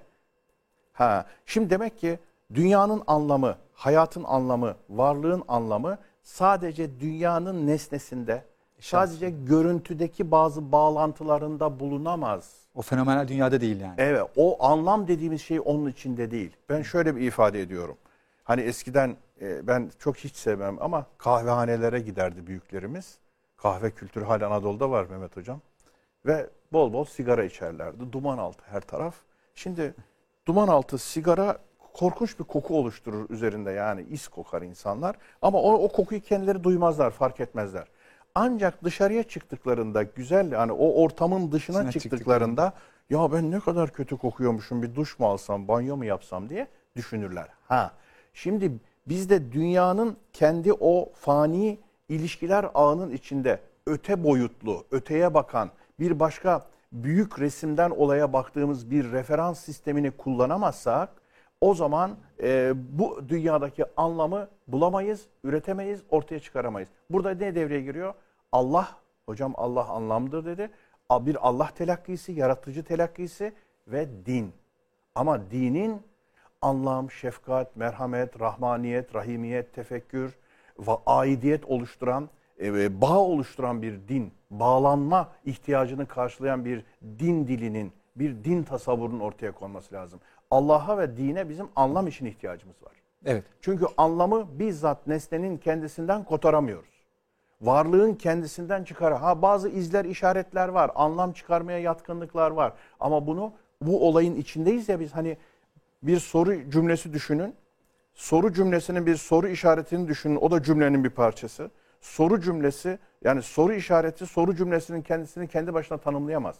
Ha, şimdi demek ki dünyanın anlamı, hayatın anlamı, varlığın anlamı sadece dünyanın nesnesinde, sadece görüntüdeki bazı bağlantılarında bulunamaz. O fenomenal dünyada değil yani. Evet, o anlam dediğimiz şey onun içinde değil. Ben şöyle bir ifade ediyorum. Hani eskiden e, ben çok hiç sevmem ama kahvehanelere giderdi büyüklerimiz. Kahve kültürü hala Anadolu'da var Mehmet Hocam. Ve bol bol sigara içerlerdi. Duman altı her taraf. Şimdi duman altı sigara korkunç bir koku oluşturur üzerinde, yani is kokar insanlar. Ama o, o kokuyu kendileri duymazlar, fark etmezler. Ancak dışarıya çıktıklarında güzel, yani o ortamın dışına Dışına çıktıklarında Ya ben ne kadar kötü kokuyormuşum, bir duş mu alsam, banyo mu yapsam diye düşünürler. Ha, şimdi biz de dünyanın kendi o fani ilişkiler ağının içinde öte boyutlu, öteye bakan bir başka büyük resimden olaya baktığımız bir referans sistemini kullanamazsak o zaman e, bu dünyadaki anlamı bulamayız, üretemeyiz, ortaya çıkaramayız. Burada ne devreye giriyor? Allah, hocam Allah anlamdır dedi. Bir Allah telakkisi, yaratıcı telakkisi ve din. Ama dinin anlam, şefkat, merhamet, rahmaniyet, rahimiyet, tefekkür ve aidiyet oluşturan, e, bağ oluşturan bir din, bağlanma ihtiyacını karşılayan bir din dilinin, bir din tasavvurunun ortaya konması lazım. Allah'a ve dine bizim anlam için ihtiyacımız var. Evet. Çünkü anlamı bizzat nesnenin kendisinden kotaramıyoruz. Varlığın kendisinden çıkar. Ha, bazı izler, işaretler var. Anlam çıkarmaya yatkınlıklar var. Ama bunu bu olayın içindeyiz ya biz, hani bir soru cümlesi düşünün. Soru cümlesinin bir soru işaretini düşünün. O da cümlenin bir parçası. Soru cümlesi, yani soru işareti soru cümlesinin kendisini kendi başına tanımlayamaz.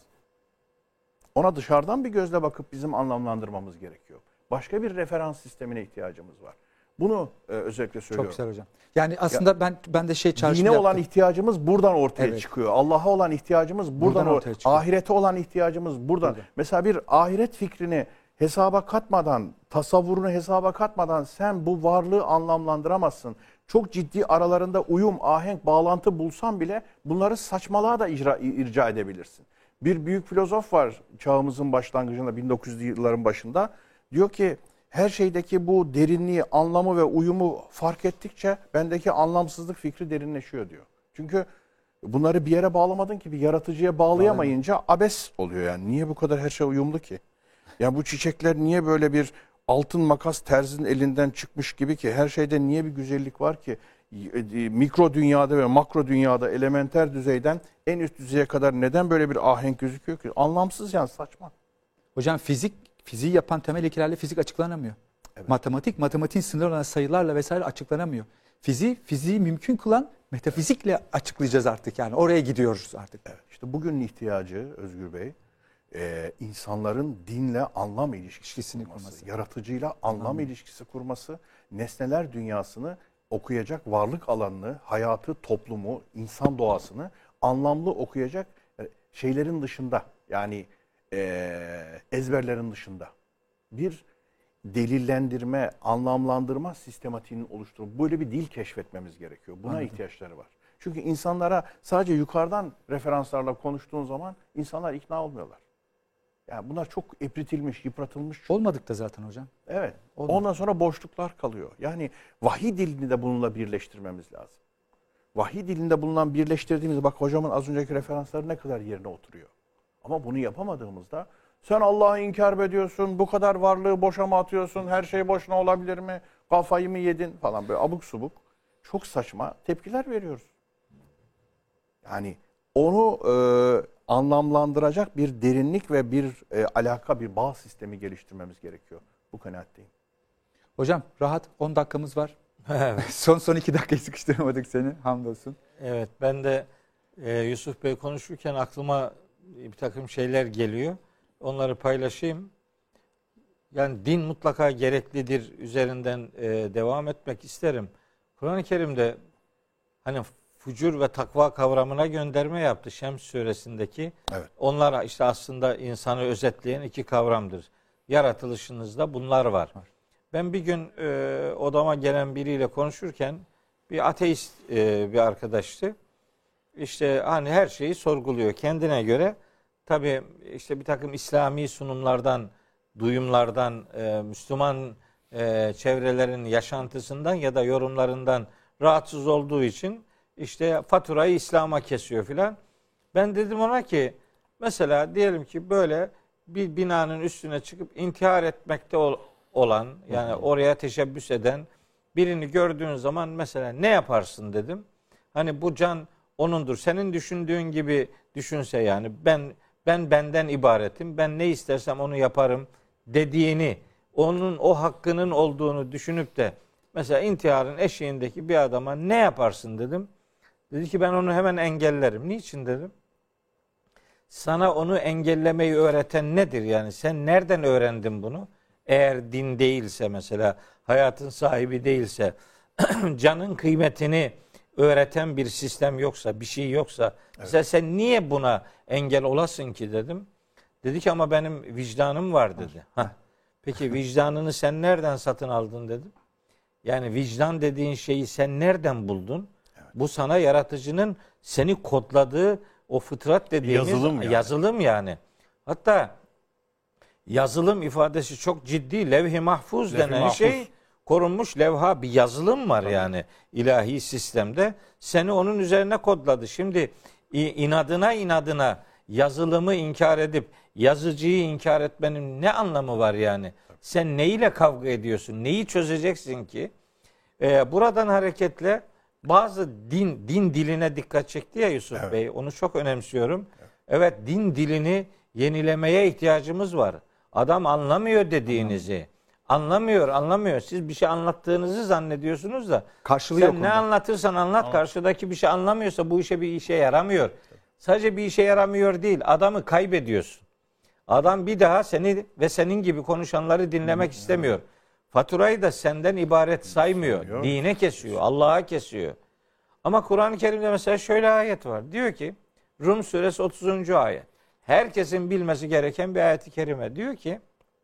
Ona dışarıdan bir gözle bakıp bizim anlamlandırmamız gerekiyor. Başka bir referans sistemine ihtiyacımız var. Bunu e, özellikle söylüyorum. Çok güzel hocam. Yani aslında ya, ben ben de şey çağrışım dine yaptım. olan ihtiyacımız buradan ortaya evet. çıkıyor. Allah'a olan ihtiyacımız buradan, buradan ortaya çıkıyor. Ahirete olan ihtiyacımız buradan. Burada. Mesela bir ahiret fikrini hesaba katmadan, tasavvurunu hesaba katmadan sen bu varlığı anlamlandıramazsın. Çok ciddi aralarında uyum, ahenk, bağlantı bulsan bile bunları saçmalığa da icra, irca edebilirsin. Bir büyük filozof var çağımızın başlangıcında, bin dokuz yüzlü yılların başında. Diyor ki her şeydeki bu derinliği, anlamı ve uyumu fark ettikçe bendeki anlamsızlık fikri derinleşiyor diyor. Çünkü bunları bir yere bağlamadın ki, bir yaratıcıya bağlayamayınca abes oluyor yani. Niye bu kadar her şey uyumlu ki? Ya bu çiçekler niye böyle bir altın makas terzinin elinden çıkmış gibi ki? Her şeyde niye bir güzellik var ki? Mikro dünyada ve makro dünyada elementer düzeyden en üst düzeye kadar neden böyle bir ahenk gözüküyor ki? Anlamsız yani, saçma. Hocam fizik, fiziği yapan temel ilkelerle fizik açıklanamıyor. Evet. Matematik, matematiğin sınırlı olan sayılarla vesaire açıklanamıyor. Fiziği, fiziği mümkün kılan metafizikle açıklayacağız artık, yani oraya gidiyoruz artık. Evet, işte bugünün ihtiyacı Özgür Bey, e, insanların dinle anlam ilişkisini kurması, kurması, yaratıcıyla anlam Anladım. ilişkisi kurması, nesneler dünyasını okuyacak varlık alanını, hayatı, toplumu, insan doğasını anlamlı okuyacak şeylerin dışında, yani e, ezberlerin dışında bir delillendirme, anlamlandırma sistematiğinin oluşturup böyle bir dil keşfetmemiz gerekiyor. Buna Anladım. ihtiyaçları var. Çünkü insanlara sadece yukarıdan referanslarla konuştuğun zaman insanlar ikna olmuyorlar. Yani bunlar çok epritilmiş, yıpratılmış. Olmadık da zaten hocam. Evet. Olmadık. Ondan sonra boşluklar kalıyor. Yani vahiy dilini de bununla birleştirmemiz lazım. Vahiy dilinde bulunan birleştirdiğimiz, bak hocamın az önceki referansları ne kadar yerine oturuyor. Ama bunu yapamadığımızda sen Allah'ı inkar mı ediyorsun, bu kadar varlığı boşa mı atıyorsun, her şey boşuna olabilir mi, kafayı mı yedin falan, böyle abuk subuk çok saçma tepkiler veriyoruz. Yani onu e, anlamlandıracak bir derinlik ve bir e, alaka, bir bağ sistemi geliştirmemiz gerekiyor. Bu kanaatteyim. Hocam rahat on dakikamız var. Evet. son son iki dakikayı sıkıştıramadık seni, hamdolsun. Evet, ben de e, Yusuf Bey konuşurken aklıma bir takım şeyler geliyor. Onları paylaşayım. Yani din mutlaka gereklidir üzerinden e, devam etmek isterim. Kur'an-ı Kerim'de hani fucur ve takva kavramına gönderme yaptı Şems suresindeki. Evet. Onlar işte aslında insanı özetleyen iki kavramdır. Yaratılışınızda bunlar var. var. Ben bir gün e, odama gelen biriyle konuşurken, bir ateist e, bir arkadaştı. İşte hani her şeyi sorguluyor kendine göre. Tabii işte bir takım İslami sunumlardan, duyumlardan, e, Müslüman e, çevrelerin yaşantısından ya da yorumlarından rahatsız olduğu için işte faturayı İslam'a kesiyor filan. Ben dedim ona ki, mesela diyelim ki böyle bir binanın üstüne çıkıp intihar etmekte ol, olan, yani oraya teşebbüs eden birini gördüğün zaman mesela ne yaparsın dedim. Hani bu can onundur. Senin düşündüğün gibi düşünse, yani ben ben benden ibaretim, ben ne istersem onu yaparım dediğini, onun o hakkının olduğunu düşünüp de mesela intiharın eşiğindeki bir adama ne yaparsın dedim. Dedi ki ben onu hemen engellerim. Niçin dedim. Sana onu engellemeyi öğreten nedir? Yani sen nereden öğrendin bunu? Eğer din değilse, mesela hayatın sahibi değilse, canın kıymetini öğreten bir sistem yoksa, bir şey yoksa, evet. mesela sen niye buna engel olasın ki dedim. Dedi ki ama benim vicdanım var dedi. Hah. Peki vicdanını sen nereden satın aldın dedim. Yani vicdan dediğin şeyi sen nereden buldun? Evet. Bu sana yaratıcının seni kodladığı o fıtrat dediğimiz yazılım yani. yazılım yani. Hatta yazılım ifadesi çok ciddi. Levh-i mahfuz Levh-i denen mahfuz. şey korunmuş levha, bir yazılım var. Tabii. Yani ilahi sistemde. Seni onun üzerine kodladı. Şimdi inadına inadına yazılımı inkar edip yazıcıyı inkar etmenin ne anlamı var yani? Tabii. Sen neyle kavga ediyorsun? Neyi çözeceksin ki? Ee, buradan hareketle bazı din din diline dikkat çekti ya Yusuf evet. Bey. Onu çok önemsiyorum. Evet. evet, din dilini yenilemeye ihtiyacımız var. Adam anlamıyor dediğinizi. Hı. Anlamıyor, anlamıyor. Siz bir şey anlattığınızı zannediyorsunuz da karşılığı sen yok ne onda. anlatırsan anlat, Anladım. karşıdaki bir şey anlamıyorsa bu işe bir işe yaramıyor. Sadece bir işe yaramıyor değil, adamı kaybediyorsun. Adam bir daha seni ve senin gibi konuşanları dinlemek hmm. istemiyor. Faturayı da senden ibaret saymıyor. Saymıyor. Dine kesiyor, Allah'a kesiyor. Ama Kur'an-ı Kerim'de mesela şöyle ayet var. Diyor ki, Rum suresi otuzuncu ayet. Herkesin bilmesi gereken bir ayet-i kerime. Diyor ki,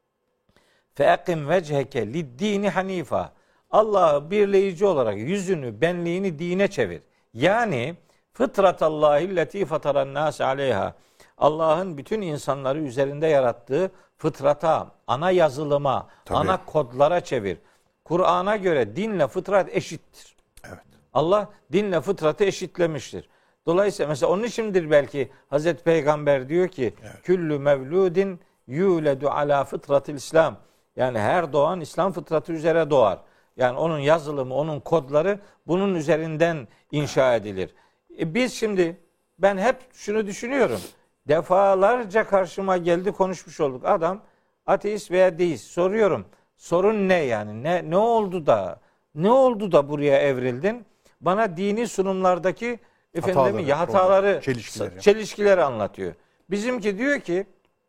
فَاَقِمْ وَجْهَكَ لِدِّينِ حَن۪يفًا Allah'ı birleyici olarak yüzünü, benliğini dine çevir. Yani fıtratallahi lleti fataran nas aleyha. Allah'ın bütün insanları üzerinde yarattığı fıtrata, ana yazılıma, Tabii. ana kodlara çevir. Kur'an'a göre dinle fıtrat eşittir. Evet. Allah dinle fıtratı eşitlemiştir. Dolayısıyla mesela onun içindir belki Hazreti Peygamber diyor ki evet. Küllü mevludin yuledu ala fıtratil İslam. Yani her doğan İslam fıtratı üzere doğar. Yani onun yazılımı, onun kodları bunun üzerinden inşa edilir. E biz şimdi, ben hep şunu düşünüyorum. Defalarca karşıma geldi, konuşmuş olduk. Adam ateist veya deist. Soruyorum. Sorun ne yani? Ne ne oldu da? Ne oldu da buraya evrildin? Bana dini sunumlardaki efendim hataları, hataları çelişkileri. çelişkileri anlatıyor. Bizimki diyor ki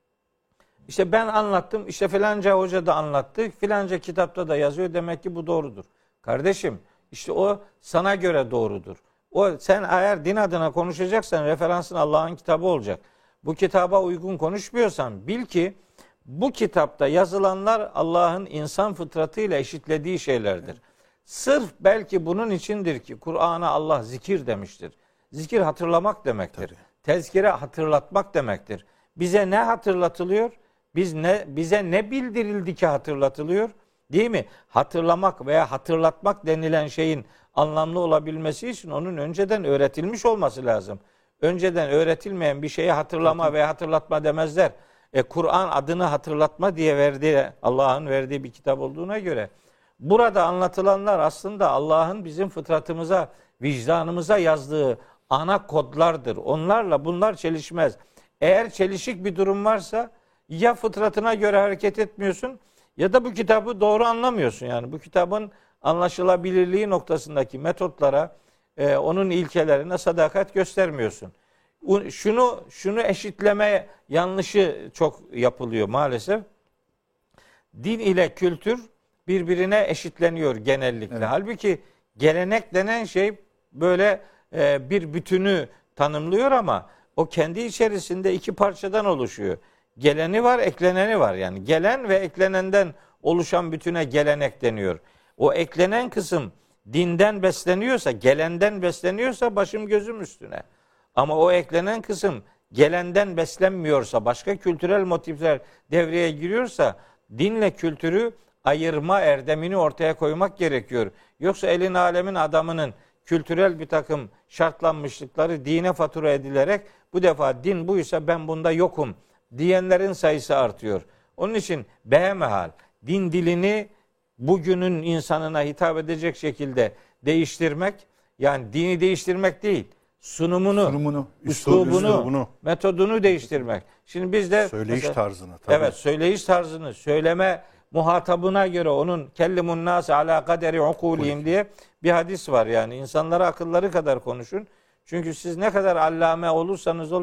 İşte ben anlattım, işte filanca hoca da anlattı, filanca kitapta da yazıyor, demek ki bu doğrudur. Kardeşim, işte o sana göre doğrudur. O sen eğer din adına konuşacaksan referansın Allah'ın kitabı olacak. Bu kitaba uygun konuşmuyorsan bil ki bu kitapta yazılanlar Allah'ın insan fıtratıyla eşitlediği şeylerdir. Sırf belki bunun içindir ki Kur'an'a Allah zikir demiştir. Zikir hatırlamak demektir. Tabii. Tezkire hatırlatmak demektir. Bize ne hatırlatılıyor? Biz ne bize ne bildirildi ki hatırlatılıyor? Değil mi? Hatırlamak veya hatırlatmak denilen şeyin anlamlı olabilmesi için onun önceden öğretilmiş olması lazım. Önceden öğretilmeyen bir şeye hatırlama veya hatırlatma demezler. E, Kur'an adını hatırlatma diye verdiği, Allah'ın verdiği bir kitap olduğuna göre burada anlatılanlar aslında Allah'ın bizim fıtratımıza, vicdanımıza yazdığı ana kodlardır. Onlarla bunlar çelişmez. Eğer çelişik bir durum varsa ya fıtratına göre hareket etmiyorsun ya da bu kitabı doğru anlamıyorsun. Yani bu kitabın anlaşılabilirliği noktasındaki metotlara, e, onun ilkelerine sadakat göstermiyorsun. Şunu şunu eşitleme yanlışı çok yapılıyor maalesef. Din ile kültür birbirine eşitleniyor genellikle. Evet. Halbuki gelenek denen şey böyle e, bir bütünü tanımlıyor ama o kendi içerisinde iki parçadan oluşuyor. Geleni var, ekleneni var. Yani gelen ve eklenenden oluşan bütüne gelenek deniyor. O eklenen kısım dinden besleniyorsa, gelenden besleniyorsa başım gözüm üstüne. Ama o eklenen kısım gelenden beslenmiyorsa, başka kültürel motifler devreye giriyorsa dinle kültürü ayırma erdemini ortaya koymak gerekiyor. Yoksa elin alemin adamının kültürel bir takım şartlanmışlıkları dine fatura edilerek bu defa din buysa ben bunda yokum diyenlerin sayısı artıyor. Onun için behemehal din dilini bugünün insanına hitap edecek şekilde değiştirmek, yani dini değiştirmek değil, sunumunu, sunumunu üslubunu, üslubunu, metodunu değiştirmek. Şimdi biz de söyleyiş mesela, tarzını tabii. Evet, söyleyiş tarzını, söyleme muhatabına göre onun kellimun nas ala kaderi ukulihim diye bir hadis var yani. İnsanlara akılları kadar konuşun. Çünkü siz ne kadar allame olursanız olun,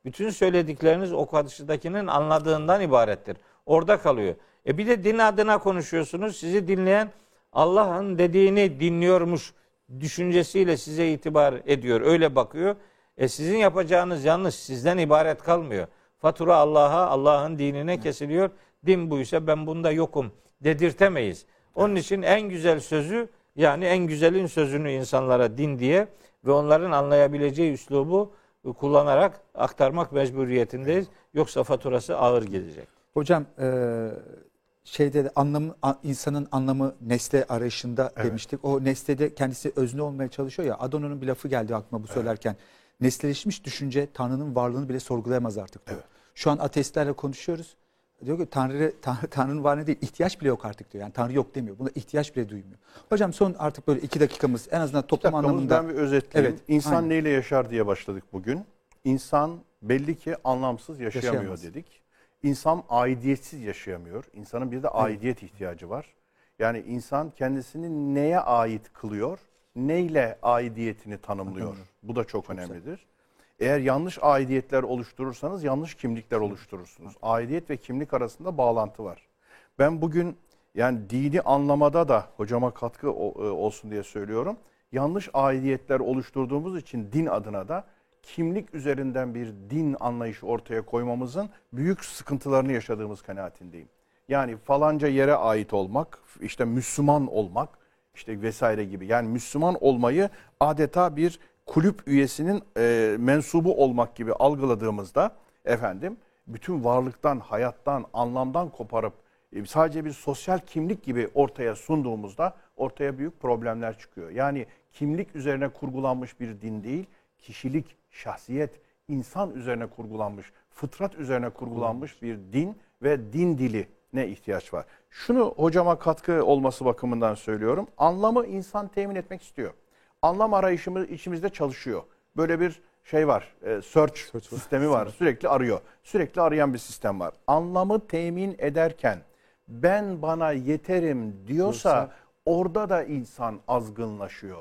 Bütün söyledikleriniz o karşıdakinin anladığından ibarettir. Orada kalıyor. E bir de din adına konuşuyorsunuz. Sizi dinleyen Allah'ın dediğini dinliyormuş düşüncesiyle size itibar ediyor. Öyle bakıyor. E sizin yapacağınız yanlış, sizden ibaret kalmıyor. Fatura Allah'a, Allah'ın dinine kesiliyor. Din buysa ben bunda yokum dedirtemeyiz. Onun için en güzel sözü, yani en güzelin sözünü insanlara din diye ve onların anlayabileceği üslubu kullanarak aktarmak mecburiyetindeyiz. Yoksa faturası ağır gelecek. Hocam e, şeyde de anlamı, insanın anlamı nesne arayışında Evet. demiştik. O nesnede kendisi özne olmaya çalışıyor ya. Adorno'nun bir lafı geldi aklıma bu söylerken. Evet. Nesneleşmiş düşünce Tanrı'nın varlığını bile sorgulayamaz artık diyor. Evet. Şu an ateistlerle konuşuyoruz. Diyor ki Tanrı, Tanrı Tanrı'nın varlığı değil, ihtiyaç bile yok artık diyor. Yani Tanrı yok demiyor. Buna ihtiyaç bile duymuyor. Hocam son artık böyle iki dakikamız en azından toplum anlamında. Ben bir özetleyeyim. Evet, İnsan aynen. neyle yaşar diye başladık bugün. İnsan belli ki anlamsız yaşayamıyor Yaşayamaz. dedik. İnsan aidiyetsiz yaşayamıyor. İnsanın bir de aidiyet ihtiyacı var. Yani insan kendisini neye ait kılıyor, neyle aidiyetini tanımlıyor. Bu da çok, çok önemlidir. Güzel. Eğer yanlış aidiyetler oluşturursanız yanlış kimlikler oluşturursunuz. Aidiyet ve kimlik arasında bağlantı var. Ben bugün yani dini anlamada da hocama katkı olsun diye söylüyorum. Yanlış aidiyetler oluşturduğumuz için din adına da kimlik üzerinden bir din anlayışı ortaya koymamızın büyük sıkıntılarını yaşadığımız kanaatindeyim. Yani falanca yere ait olmak, işte Müslüman olmak, işte vesaire gibi. Yani Müslüman olmayı adeta bir kulüp üyesinin e, mensubu olmak gibi algıladığımızda efendim bütün varlıktan, hayattan, anlamdan koparıp e, sadece bir sosyal kimlik gibi ortaya sunduğumuzda ortaya büyük problemler çıkıyor. Yani kimlik üzerine kurgulanmış bir din değil, kişilik, şahsiyet, insan üzerine kurgulanmış, fıtrat üzerine kurgulanmış bir din ve din dili ne ihtiyaç var? Şunu hocama katkı olması bakımından söylüyorum. Anlamı insan temin etmek istiyor. Anlam arayışımız içimizde çalışıyor. Böyle bir şey var, e, search, search sistemi var. Sürekli arıyor. Sürekli arayan bir sistem var. Anlamı temin ederken ben bana yeterim diyorsa Yoksa... orada da insan azgınlaşıyor.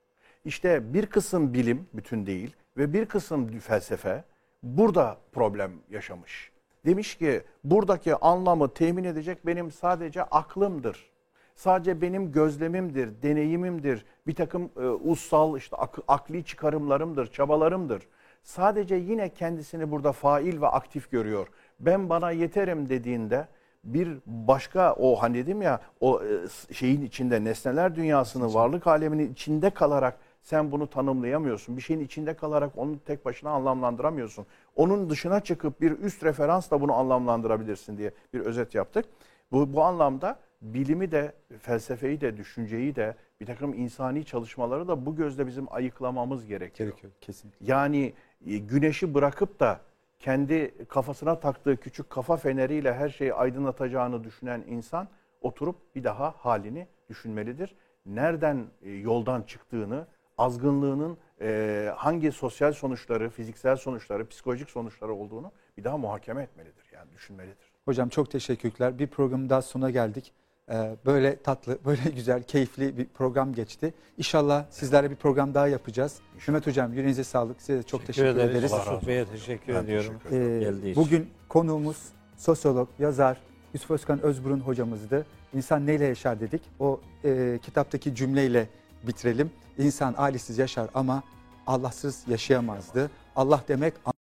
İşte bir kısım bilim, bütün değil ve bir kısım felsefe burada problem yaşamış. Demiş ki buradaki anlamı temin edecek benim sadece aklımdır. Sadece benim gözlemimdir, deneyimimdir, bir takım e, ussal işte ak, akli çıkarımlarımdır, çabalarımdır. Sadece yine kendisini burada fail ve aktif görüyor. Ben bana yeterim dediğinde bir başka o hani dedim ya o e, şeyin içinde nesneler dünyasını, varlık aleminin içinde kalarak sen bunu tanımlayamıyorsun. Bir şeyin içinde kalarak onu tek başına anlamlandıramıyorsun. Onun dışına çıkıp bir üst referansla bunu anlamlandırabilirsin diye bir özet yaptık. Bu, bu anlamda bilimi de, felsefeyi de, düşünceyi de, bir takım insani çalışmaları da bu gözle bizim ayıklamamız gerekiyor. Gerekiyor, kesinlikle. Yani e, güneşi bırakıp da kendi kafasına taktığı küçük kafa feneriyle her şeyi aydınlatacağını düşünen insan oturup bir daha halini düşünmelidir. Nereden e, yoldan çıktığını, azgınlığının e, hangi sosyal sonuçları, fiziksel sonuçları, psikolojik sonuçları olduğunu bir daha muhakeme etmelidir. Yani düşünmelidir. Hocam çok teşekkürler. Bir programın daha sonuna geldik. Ee, böyle tatlı, böyle güzel, keyifli bir program geçti. İnşallah sizlerle bir program daha yapacağız. Mehmet Hocam yüreğinize sağlık. Size de çok teşekkür, teşekkür ederiz. Yusuf Bey'e teşekkür ben ediyorum. Teşekkür ee, bugün konuğumuz sosyolog, yazar Yusuf Özkan Özburun hocamızdı. İnsan neyle yaşar dedik. O e, kitaptaki cümleyle bitirelim. İnsan ailesiz yaşar ama Allahsız yaşayamazdı. Allah demek